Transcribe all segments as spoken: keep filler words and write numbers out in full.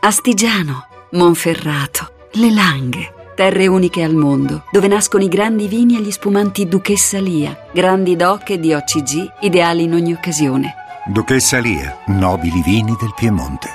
Astigiano, Monferrato, Le Langhe. Terre uniche al mondo, dove nascono i grandi vini e gli spumanti Duchessa Lia, grandi doc e di O C G, ideali in ogni occasione. Duchessa Lia, nobili vini del Piemonte.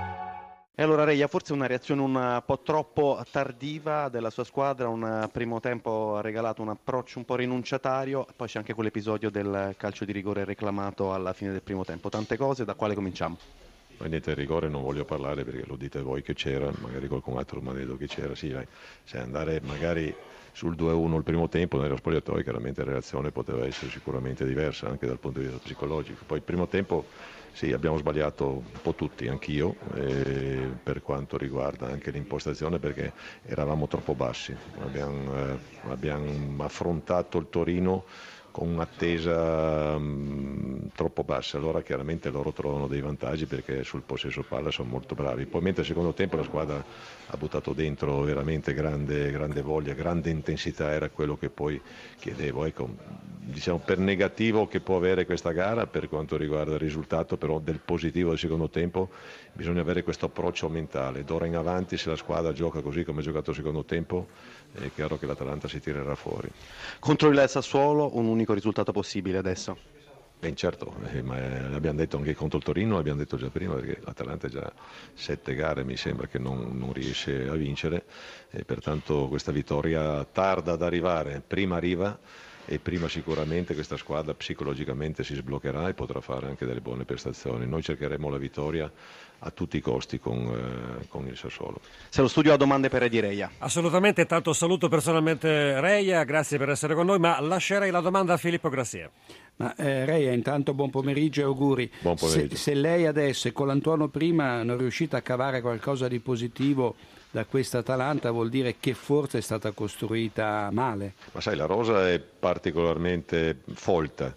E allora Reia, forse una reazione un po' troppo tardiva della sua squadra, un primo tempo ha regalato un approccio un po' rinunciatario, poi c'è anche quell'episodio del calcio di rigore reclamato alla fine del primo tempo. Tante cose, da quale cominciamo? Ma niente, il rigore non voglio parlare perché lo dite voi che c'era, magari qualcun altro mi ha detto che c'era, sì, vai. Cioè andare magari sul due a uno il primo tempo nello spogliatoio, chiaramente la reazione poteva essere sicuramente diversa anche dal punto di vista psicologico. Poi il primo tempo sì, abbiamo sbagliato un po' tutti, anch'io, eh, per quanto riguarda anche l'impostazione, perché eravamo troppo bassi, abbiamo, eh, abbiamo affrontato il Torino con un'attesa mh, troppo bassa, allora chiaramente loro trovano dei vantaggi perché sul possesso palla sono molto bravi. Poi mentre al secondo tempo la squadra ha buttato dentro veramente grande, grande voglia, grande intensità, era quello che poi chiedevo. Ecco, diciamo per negativo che può avere questa gara per quanto riguarda il risultato, però del positivo del secondo tempo bisogna avere questo approccio mentale. D'ora in avanti, se la squadra gioca così come ha giocato il secondo tempo, è chiaro che l'Atalanta si tirerà fuori. Contro il Sassuolo un unico risultato possibile adesso? Ben certo, eh, ma eh, l'abbiamo detto anche contro il Torino, l'abbiamo detto già prima, perché l'Atalanta è già sette gare, mi sembra che non, non riesce a vincere, e pertanto questa vittoria tarda ad arrivare, prima arriva e prima sicuramente questa squadra psicologicamente si sbloccherà e potrà fare anche delle buone prestazioni. Noi cercheremo la vittoria a tutti i costi con, eh, con il Sassuolo. Se lo studio ha domande per Edi Reia. Assolutamente, tanto saluto personalmente Reia, grazie per essere con noi, ma lascerei la domanda a Filippo Grassia. Ma eh, Reia, intanto buon pomeriggio e auguri. Buon pomeriggio. Se, se lei adesso e Colantuono prima non è riuscita a cavare qualcosa di positivo da questa Atalanta, vuol dire che forse è stata costruita male. Ma sai, la rosa è particolarmente folta.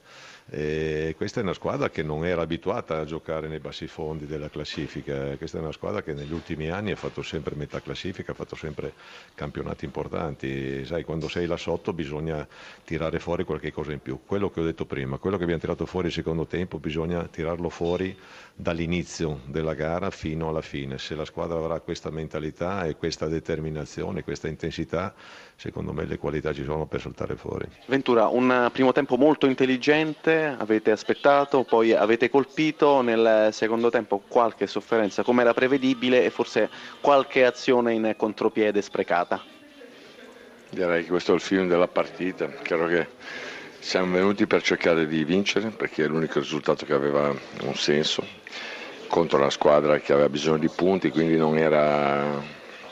E questa è una squadra che non era abituata a giocare nei bassi fondi della classifica, questa è una squadra che negli ultimi anni ha fatto sempre metà classifica, ha fatto sempre campionati importanti. Sai, quando sei là sotto bisogna tirare fuori qualche cosa in più, quello che ho detto prima, quello che abbiamo tirato fuori il secondo tempo bisogna tirarlo fuori dall'inizio della gara fino alla fine. Se la squadra avrà questa mentalità e questa determinazione, questa intensità, secondo me le qualità ci sono per saltare fuori. Ventura, un primo tempo molto intelligente, avete aspettato, poi avete colpito, nel secondo tempo qualche sofferenza come era prevedibile e forse qualche azione in contropiede sprecata. Direi che questo è il film della partita, credo che siamo venuti per cercare di vincere perché è l'unico risultato che aveva un senso contro una squadra che aveva bisogno di punti, quindi non era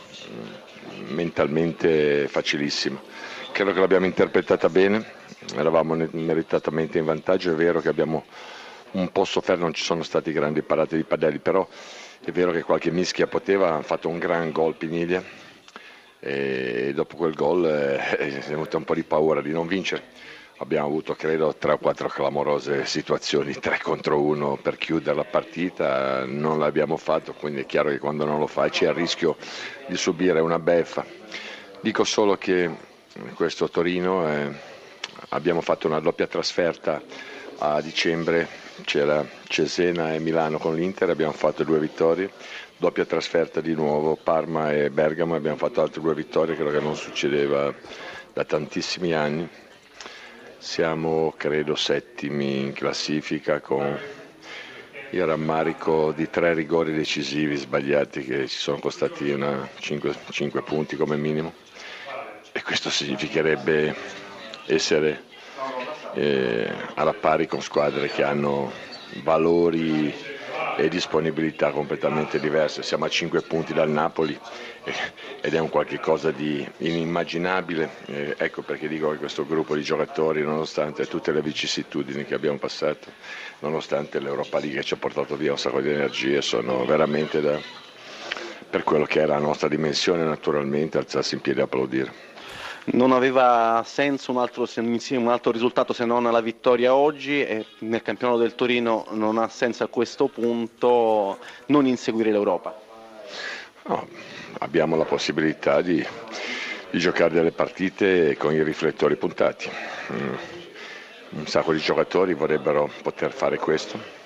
mentalmente facilissima. Credo che l'abbiamo interpretata bene, eravamo meritatamente in vantaggio, è vero che abbiamo un po' sofferto, non ci sono stati grandi parate di Padelli, però è vero che qualche mischia poteva, ha fatto un gran gol Piniglia e dopo quel gol è venuta un po' di paura di non vincere. Abbiamo avuto credo tre o quattro clamorose situazioni, tre contro uno per chiudere la partita, non l'abbiamo fatto, quindi è chiaro che quando non lo fai c'è il rischio di subire una beffa. Dico solo che questo Torino eh, abbiamo fatto una doppia trasferta a dicembre, c'era Cesena e Milano con l'Inter, abbiamo fatto due vittorie, doppia trasferta di nuovo Parma e Bergamo, abbiamo fatto altre due vittorie, credo che non succedeva da tantissimi anni. Siamo credo settimi in classifica con il rammarico di tre rigori decisivi sbagliati che ci sono costati una cinque punti come minimo, e questo significherebbe essere eh, alla pari con squadre che hanno valori e disponibilità completamente diverse. Siamo a cinque punti dal Napoli eh, ed è un qualche cosa di inimmaginabile, eh, ecco perché dico che questo gruppo di giocatori, nonostante tutte le vicissitudini che abbiamo passato, nonostante l'Europa League che ci ha portato via un sacco di energie, sono veramente da, per quello che è la nostra dimensione, naturalmente alzarsi in piedi e applaudire. Non aveva senso un altro, un altro risultato se non la vittoria oggi, e nel campionato del Torino non ha senso a questo punto non inseguire l'Europa. No, abbiamo la possibilità di, di giocare delle partite con i riflettori puntati. Mm. Un sacco di giocatori vorrebbero poter fare questo.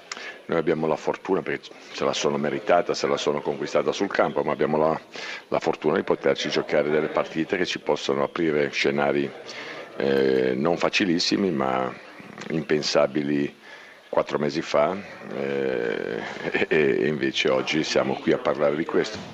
noi abbiamo la fortuna, perché se la sono meritata, se la sono conquistata sul campo, ma abbiamo la, la fortuna di poterci giocare delle partite che ci possono aprire scenari eh, non facilissimi ma impensabili quattro mesi fa, eh, e, e invece oggi siamo qui a parlare di questo.